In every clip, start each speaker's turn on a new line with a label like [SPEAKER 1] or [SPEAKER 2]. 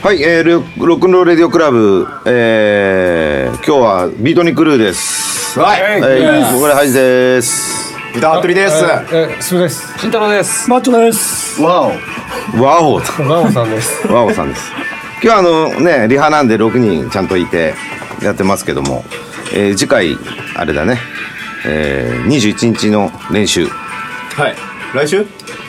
[SPEAKER 1] はい、ロックンロールレディオクラブ、今日はビートニックルーです。
[SPEAKER 2] はい、
[SPEAKER 1] これハイジです。
[SPEAKER 2] 豚鳥です。
[SPEAKER 3] そうです。
[SPEAKER 4] 慎太郎です。
[SPEAKER 3] マッチョです。
[SPEAKER 1] ワオ
[SPEAKER 3] さんです。
[SPEAKER 1] ワオさんです。今日はね、リハなんで6人ちゃんといてやってますけども、次回あれだね、21日の練習。
[SPEAKER 2] はい。来週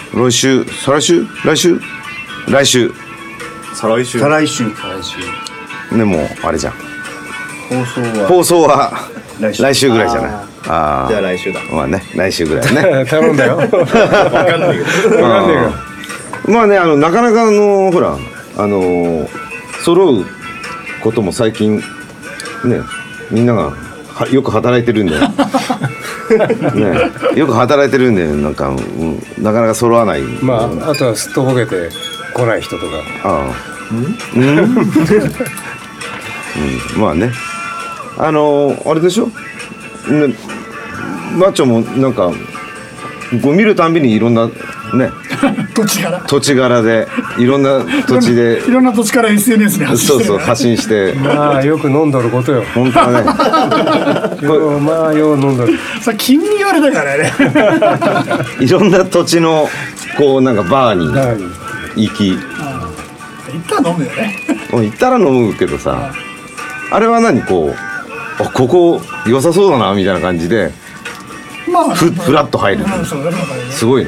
[SPEAKER 1] でもあれじゃん。放送は来週ぐらいじゃない。ああ。
[SPEAKER 2] じゃあ来週だ。
[SPEAKER 1] まあね、来週ぐらいね。
[SPEAKER 3] 頼んだよ。わかんないけど。
[SPEAKER 1] まあね、なかなかほら揃うことも最近ね、みんながよく働いてるんで、ね、よく働いてるんでなんか、なかなか揃わない。
[SPEAKER 3] まああとはすっとぼけて来ない人とか。
[SPEAKER 1] ああ。まあね、あれでしょ、ね、マッチョもなんかこう見るたんびにいろんなね土地柄でいろんな土地で
[SPEAKER 5] いろんな土地から SNS に発信してる、
[SPEAKER 1] そう発信して、
[SPEAKER 3] まあよく飲んどることよ。
[SPEAKER 1] 本当はね
[SPEAKER 3] まあよう飲んどる。
[SPEAKER 5] さ君に言われたからね。
[SPEAKER 1] いろんな土地のこうなんかバーに行き、
[SPEAKER 5] 行ったら飲むよね。
[SPEAKER 1] 行ったら飲むけどさ、あれは何こうここ良さそうだなみたいな感じで、
[SPEAKER 5] まあ
[SPEAKER 1] フラッと入る。すごいね。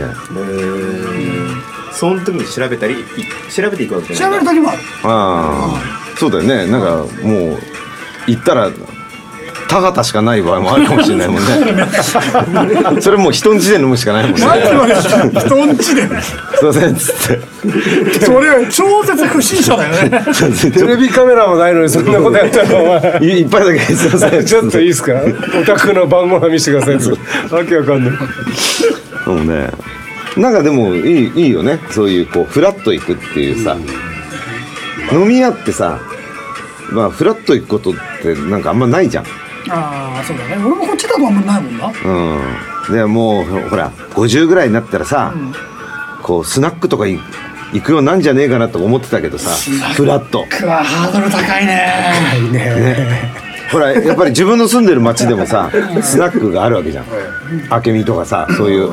[SPEAKER 2] その時に調べていくわけじゃない。
[SPEAKER 5] 調べる時もある。
[SPEAKER 1] ああ、そうだよね。なんかもう行ったら田畑しかない場合もあるかもしれないもんね。それもう人んちで飲むしかないもんね。
[SPEAKER 5] 人んちで。
[SPEAKER 1] すいませんっつって。
[SPEAKER 5] それ超絶不審者だよね。
[SPEAKER 3] テレビカメラもないのにそんなことやったらお前。
[SPEAKER 1] 一杯だけすいません。
[SPEAKER 3] ちょっといいですか。お宅の晩ご飯見せてください。わけわかんない。
[SPEAKER 1] そうね。なんかでもいいよね。そういうこうフラッと行くっていうさ、飲み屋ってさ、まあフラッと行くことってなんかあんまないじゃん。
[SPEAKER 5] ああ、そうだね。俺もこっちだとあんまないもんな。
[SPEAKER 1] でもうほら50ぐらいになったらさ、こうスナックとか行くようなんじゃねえかなと思ってたけどさ、フラッと。
[SPEAKER 5] ハードル高いね。
[SPEAKER 1] ほらやっぱり自分の住んでる町でもさ、スナックがあるわけじゃん。明美とかさ、そういう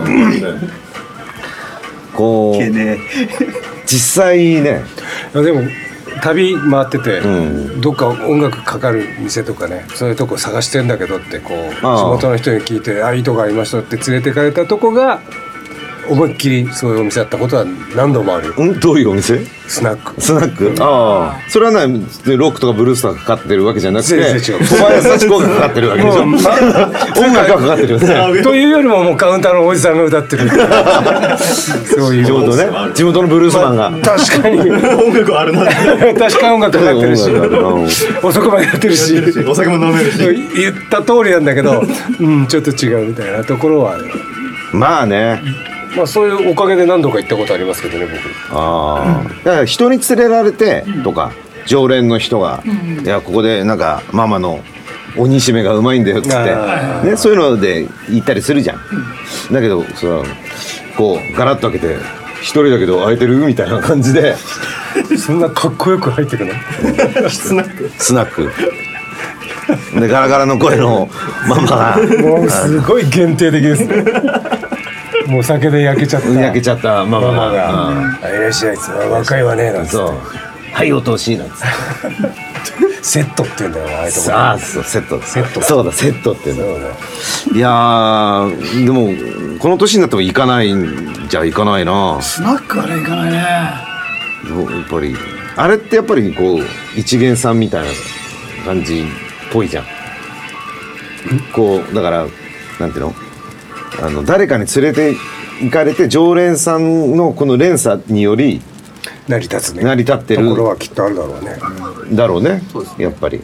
[SPEAKER 1] こう実際ね。
[SPEAKER 3] でも旅回ってて、どっか音楽かかる店とかね、そういうとこ探してんだけどってこう地元の人に聞いて、いいとこありましたって連れてかれたとこが思いっきりそういうお店だったことは何度もあるよ。
[SPEAKER 1] どういうお店？
[SPEAKER 3] スナック。
[SPEAKER 1] ああ、それはロックとかブルースとかかかってるわけじゃなくて、小林幸子がかかってるわけでしょ。音楽がかかってるよね。
[SPEAKER 3] というよりももうカウンターのおじさんが歌ってる。そういう
[SPEAKER 1] ちょうどね、地元のブルースマンが。
[SPEAKER 3] 確かに
[SPEAKER 2] 音楽あるな。
[SPEAKER 3] 確かに音楽かかってるし、遅くまでやってるし、
[SPEAKER 2] お酒も飲めるし。
[SPEAKER 3] 言った通りなんだけど、ちょっと違うみたいなところはある。
[SPEAKER 1] まあね。
[SPEAKER 3] まあそういうおかげで何度か行ったことありますけどね、僕。
[SPEAKER 1] だから人に連れられてとか、常連の人が、いやここでなんかママの鬼しめがうまいんだよっつってね、そういうので行ったりするじゃん。だけどこうガラッと開けて一人だけど空いてるみたいな感じで、
[SPEAKER 3] そんなかっこよく入ってくの？
[SPEAKER 1] スナックでガラガラの声のママが
[SPEAKER 3] もうすごい限定的ですね。もう酒で焼けちゃった
[SPEAKER 1] ママが、
[SPEAKER 3] いらっしゃい、若いわねなんつって、
[SPEAKER 1] はいお通しなんつって
[SPEAKER 3] セットって言うんだよ、ああいうとこ。
[SPEAKER 1] ああ、そうセットそうだ、セットって言うんだ。いやー、でもこの年になっても行かないんじゃ行かないな。
[SPEAKER 5] スナックはね、行かないね。
[SPEAKER 1] やっぱりあれってやっぱりこう一元さんみたいな感じっぽいじゃん。こうだからなんていうの、誰かに連れて行かれて常連さんのこの連鎖により
[SPEAKER 3] 成り立ってるところはきっとあるだろうね。やっぱり。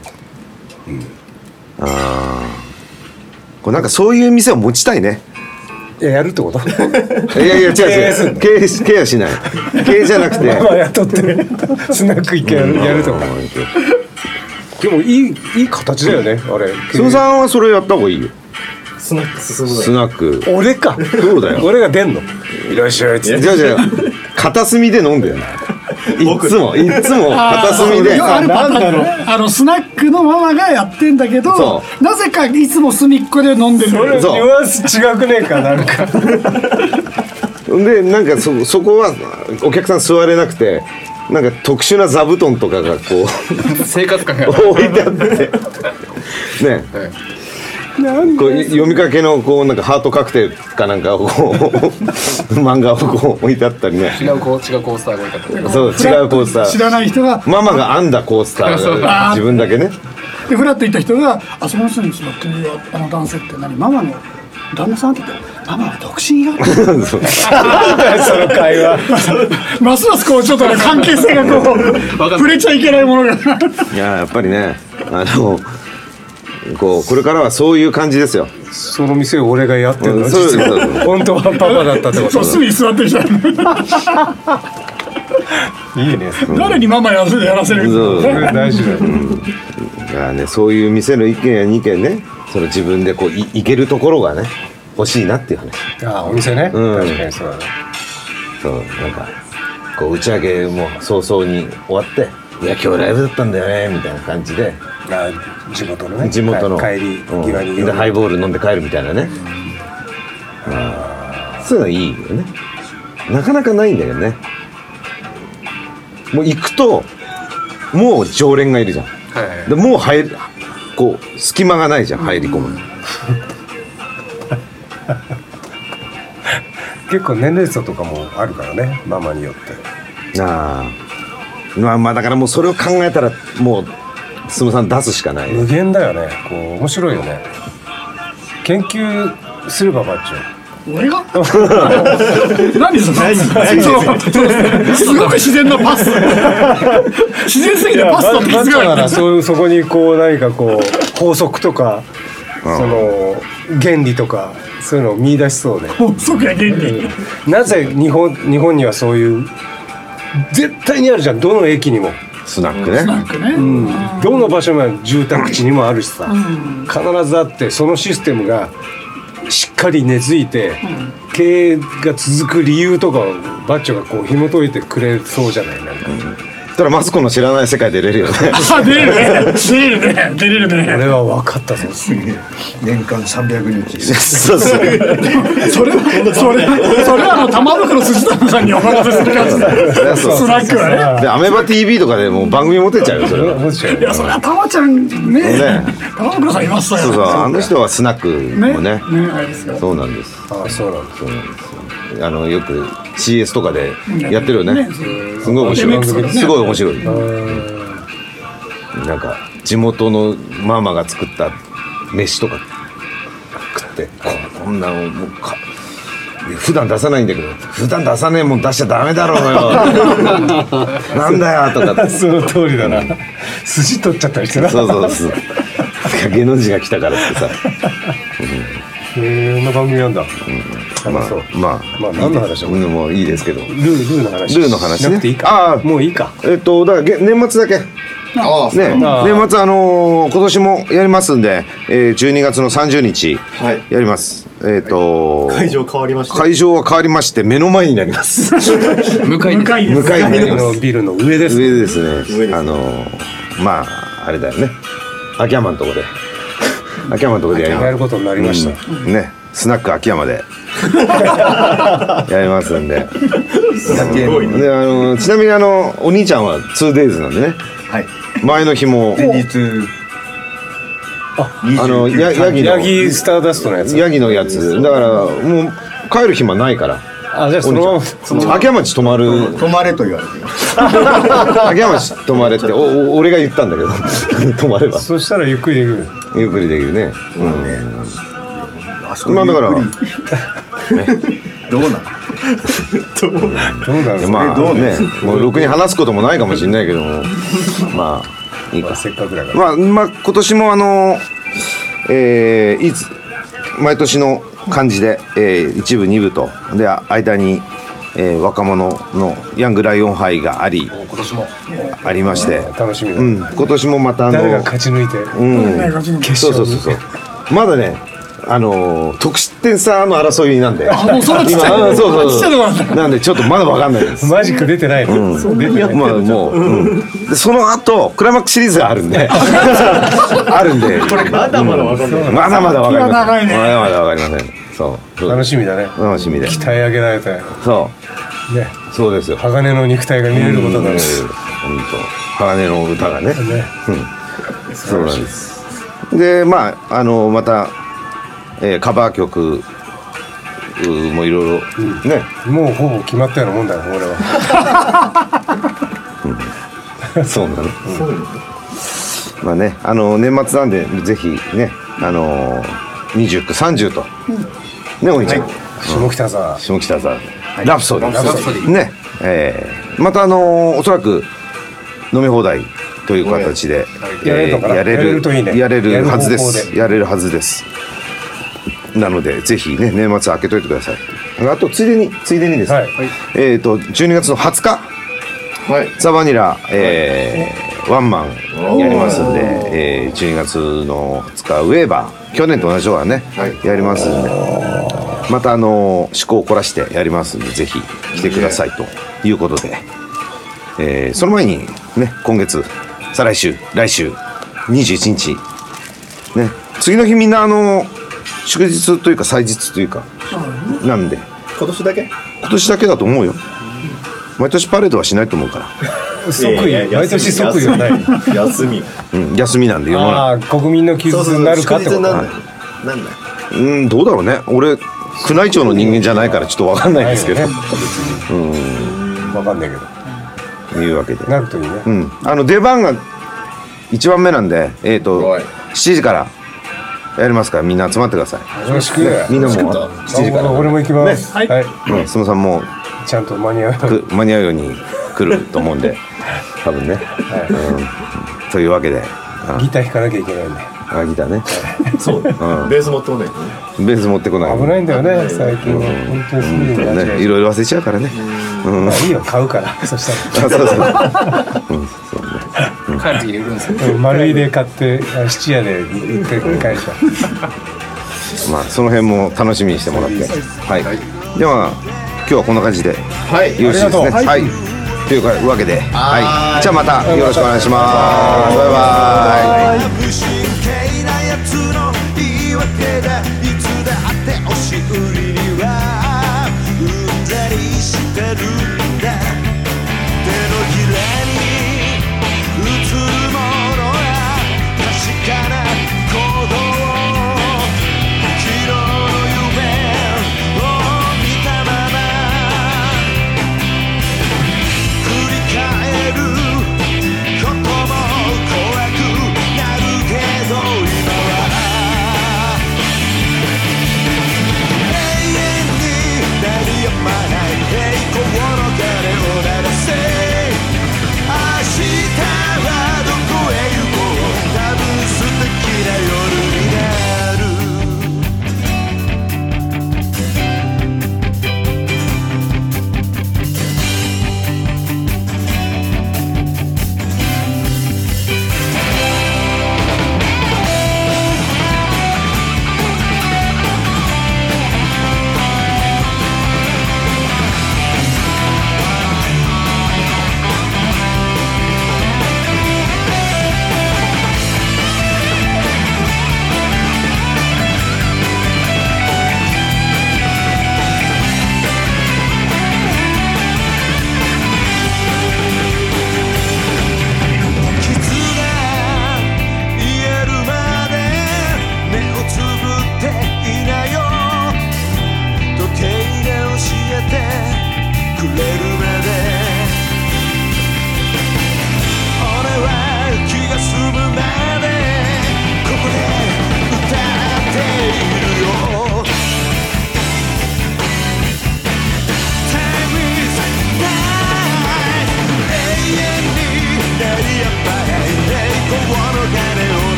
[SPEAKER 3] これなんかそういう店を持ちたいね。 やるってこと？
[SPEAKER 1] いや違う。経営はしない。経営じゃなくて。
[SPEAKER 3] 雇ってスナック行けやるとか。でもいい形だよね、あれ。
[SPEAKER 1] 須野さんはそれやった方がいいよ。
[SPEAKER 2] スナック進むの。
[SPEAKER 1] スナック。
[SPEAKER 3] 俺か。
[SPEAKER 1] そうだよ。
[SPEAKER 3] 俺が出んの。いらっしゃい。
[SPEAKER 1] じゃあ片隅で飲んでよ。 いつも片隅で
[SPEAKER 5] あるパターンね。スナックのママがやってんだけど
[SPEAKER 1] そ
[SPEAKER 5] なぜかいつも隅っこで飲んでる。
[SPEAKER 3] ニュアンス違くねえかなんか
[SPEAKER 1] でなんかそこはお客さん座れなくてなんか特殊な座布団とかがこう
[SPEAKER 4] 生活感が
[SPEAKER 1] 置いてあってね、こう読みかけのこうなんかハートカクテルかなんかをこう漫画をこう置いてあったりね。
[SPEAKER 4] 違うコースターが置いてあった。
[SPEAKER 1] そう違うコースター。
[SPEAKER 5] 知らない人が
[SPEAKER 1] ママが編んだコースターが自分だけね。
[SPEAKER 5] でフラッと行った人が「あそこの人に座ってるあの男性って何ママの旦那さん?」って言って「ママは独身よ」
[SPEAKER 1] そう
[SPEAKER 3] その会話
[SPEAKER 5] ますますこうちょっとね関係性がこう触れちゃいけないものが
[SPEAKER 1] いややっぱりねこれからはそういう感じですよ。
[SPEAKER 3] その店を俺がやってるの
[SPEAKER 1] そう
[SPEAKER 3] 実は本当はパパだったってこと
[SPEAKER 5] そう隅に座ってる人
[SPEAKER 3] いいね
[SPEAKER 5] 誰にママやらせる
[SPEAKER 1] そう
[SPEAKER 3] それ大事だよ
[SPEAKER 1] だからねそういう店の1軒や2軒ねその自分でこう行けるところがね欲しいなっていう話。
[SPEAKER 3] ああお店ね
[SPEAKER 1] うん
[SPEAKER 3] 確かにそうだね
[SPEAKER 1] そうなんかこう打ち上げも早々に終わって「いや今日ライブだったんだよね」みたいな感じで
[SPEAKER 3] あ地元のね
[SPEAKER 1] 地元の
[SPEAKER 3] 帰り際に
[SPEAKER 1] でハイボール飲んで帰るみたいなね、そういうのいいよね。なかなかないんだけどね。もう行くともう常連がいるじゃん。でもうこう隙間がないじゃん入り込むの。
[SPEAKER 3] 結構年齢差とかもあるからねママによって
[SPEAKER 1] まあだからもうそれを考えたらもう進さん出すしかない。
[SPEAKER 3] 無限だよねこう面白いよね研究すればバッチョ
[SPEAKER 5] 俺が何それすごく自然なパス自然すぎてパスだって気づかな
[SPEAKER 3] バッチョないらそこにこう何かこう法則とかその原理とかそういうのを見出しそうで
[SPEAKER 5] 法則や原理
[SPEAKER 3] なぜ日本にはそういう絶対にあるじゃんどの駅にも
[SPEAKER 1] スナックね。
[SPEAKER 5] なんかね
[SPEAKER 3] どの場所も住宅地にもあるしさ必ずあってそのシステムがしっかり根付いて経営が続く理由とかをバッチョがこう紐解いてくれそうじゃないなんか
[SPEAKER 1] ただマツコの知らない世界出れるよね。
[SPEAKER 5] あ出れるね
[SPEAKER 3] 俺は分かったぞ
[SPEAKER 6] 年間300日
[SPEAKER 1] そうそう。
[SPEAKER 5] それは玉袋筋太さんにお任せする感じだ
[SPEAKER 1] そう
[SPEAKER 5] スナックはね
[SPEAKER 1] でアメバ TV とかでもう番組持てちゃうよそれは。
[SPEAKER 3] 思っちゃう
[SPEAKER 5] いやそれは玉ちゃんね玉袋さんいましたよ
[SPEAKER 1] そうそうあの人はスナックもね
[SPEAKER 5] あれですよ
[SPEAKER 1] そうなんです。
[SPEAKER 3] ああそうなんです
[SPEAKER 1] そうなんですよ。よく CS とかでやってるよね。
[SPEAKER 5] ね
[SPEAKER 1] すごい面白い。
[SPEAKER 5] MX とかね
[SPEAKER 1] すごい面白い。なんか地元のママが作った飯とか食ってこんなのもう普段出さないんだけど普段出さねえもん出しちゃダメだろうよなんだよとかって
[SPEAKER 3] その通りだな筋取っちゃったりしてな
[SPEAKER 1] そう芸能人が来たからってさ
[SPEAKER 3] こんな番組なんだ
[SPEAKER 1] まあ
[SPEAKER 3] まあ何の話だ
[SPEAKER 1] もういいですけど
[SPEAKER 3] ルーの話
[SPEAKER 1] ルーの話ね
[SPEAKER 3] しなくていいか
[SPEAKER 1] ああ
[SPEAKER 3] もういいか
[SPEAKER 1] だから年末だけ
[SPEAKER 6] ああ
[SPEAKER 1] ね、年末今年もやりますんで、12月の30日
[SPEAKER 2] はい
[SPEAKER 1] やります。
[SPEAKER 2] 会場変わりました。
[SPEAKER 1] 会場は変わりまして目の前になります。
[SPEAKER 4] 向かいに
[SPEAKER 5] 向かいです
[SPEAKER 1] 向かいになります。
[SPEAKER 3] ビルの上です
[SPEAKER 1] 上ですね。
[SPEAKER 2] 上です
[SPEAKER 1] まああれだよね。秋山のとこで秋山のとこでやります。
[SPEAKER 3] やることになりました
[SPEAKER 1] ね、スナック秋山でやりますんで。
[SPEAKER 2] すごいね。
[SPEAKER 1] でちなみにお兄ちゃんは 2days なんでね。
[SPEAKER 6] はい
[SPEAKER 1] 前の日も
[SPEAKER 6] 前日
[SPEAKER 1] ヤギの
[SPEAKER 3] ヤギスターダストのやつ
[SPEAKER 1] ヤギのやつだからもう帰る暇ないから
[SPEAKER 3] あじゃあその
[SPEAKER 1] 秋山町泊まる
[SPEAKER 6] 泊まれと言われています
[SPEAKER 1] 秋山町泊まれって俺が言ったんだけど泊まれば
[SPEAKER 3] そしたらゆっくりできる
[SPEAKER 1] ゆっくりできるね。
[SPEAKER 6] あそこ
[SPEAKER 1] まあだから
[SPEAKER 6] ゆっくりどうなの
[SPEAKER 3] どうなの
[SPEAKER 1] まあねもうろくに話すこともないかもしれないけどもまあいいか。
[SPEAKER 3] せっかくだから
[SPEAKER 1] まあ今年もいつ毎年の感じで、1部2部とで間に、若者のヤングライオン杯があり
[SPEAKER 4] 今年も
[SPEAKER 1] ありまして、
[SPEAKER 3] 楽しみだ
[SPEAKER 1] 今年もまた
[SPEAKER 3] 誰が勝ち抜いて
[SPEAKER 1] そうまだね得失点差の争いなんで。
[SPEAKER 5] もうそんなちっちゃい
[SPEAKER 1] 今そう
[SPEAKER 5] ちっちゃいとこなんだ。
[SPEAKER 1] なんでちょっとまだわかんないです。
[SPEAKER 3] マジック出てないの、出てない。
[SPEAKER 1] まあもう、でその後クライマックスシリーズがあるんであるんで
[SPEAKER 2] まだまだわかんない。
[SPEAKER 1] まだまだわかりません。
[SPEAKER 5] 長いね
[SPEAKER 1] まだまだわかりません。そう
[SPEAKER 3] 楽しみだね。
[SPEAKER 1] 楽しみで。
[SPEAKER 3] 鍛え上げられたよ
[SPEAKER 1] そう
[SPEAKER 3] ね。
[SPEAKER 1] そうですよ。
[SPEAKER 3] 鋼の肉体が見れることだね。
[SPEAKER 1] 本当鋼の歌がね。
[SPEAKER 3] ね。
[SPEAKER 1] そうなんです。でまあまた、カバー曲もいろいろね。
[SPEAKER 3] もうほぼ決まったようなもんだよ俺は。
[SPEAKER 1] そうなの。まあね年末なんでぜひね29、30とねお兄ちゃん。
[SPEAKER 3] 下北沢。
[SPEAKER 1] 下北沢ラプソディ
[SPEAKER 4] ラプソディ
[SPEAKER 1] ね。またおそらく飲み放題という形で
[SPEAKER 3] やれるのかな。
[SPEAKER 1] やれ
[SPEAKER 3] やれるといいね。
[SPEAKER 1] やれるはずで
[SPEAKER 3] やる方向
[SPEAKER 1] す。やれるはずです。なのでぜひね年末開けといてください。あとついでにですね、
[SPEAKER 3] はい
[SPEAKER 1] 12月の20日
[SPEAKER 2] はい。
[SPEAKER 1] ザ・バニラ、ワンマンやりますんで、12月の20日ウェーバー去年と同じところね、やりますんでまた趣向を凝らしてやりますんでぜひ来てくださいということで、その前にね今月再来週21日ね次の日みんな祝日というか祭日というかなんで
[SPEAKER 2] 今年だけ？
[SPEAKER 1] 今年だけだと思うよ。毎年パレードはしないと思うから、
[SPEAKER 3] 即位。毎年即位はない。
[SPEAKER 2] 休み。
[SPEAKER 1] 休みなんで世の中
[SPEAKER 3] ああ国民の休日になるかってこと。
[SPEAKER 2] 祝日なんだよ。なんだよ。
[SPEAKER 1] どうだろうね。俺宮内庁の人間じゃないからちょっと分かんないですけど、
[SPEAKER 3] わかんないけど。
[SPEAKER 1] いうわけで、
[SPEAKER 3] なるといいね。
[SPEAKER 1] 出番が1番目なんで7時からやりますからみんな集まってください。
[SPEAKER 3] よろしく。
[SPEAKER 1] みんなも7時から
[SPEAKER 3] 俺も行きます。はい。
[SPEAKER 1] 相撲さんも
[SPEAKER 3] ちゃんと間に合う。
[SPEAKER 1] 間に合うように来ると思うんで多分ね、というわけで
[SPEAKER 3] ギター弾かなきゃいけないんで。
[SPEAKER 1] ギターね
[SPEAKER 2] そう。ベース持ってこないとね。
[SPEAKER 1] ベース持ってこない
[SPEAKER 3] 危ないんだよね最近は。本当にすぐに間違え
[SPEAKER 1] ね、いろいろ忘れちゃうからね。
[SPEAKER 3] いいよ買うから。そしたら。
[SPEAKER 1] そう
[SPEAKER 4] 帰る時に売るんですよ。
[SPEAKER 3] 丸いで買って質屋で売って返しちゃう。
[SPEAKER 1] まあその辺も楽しみにしてもらってはい、では今日はこんな感じで
[SPEAKER 2] はい。
[SPEAKER 1] よろしいですね。はい、というわけで、はい、じゃあまたよろしくお願いします。バイバイ。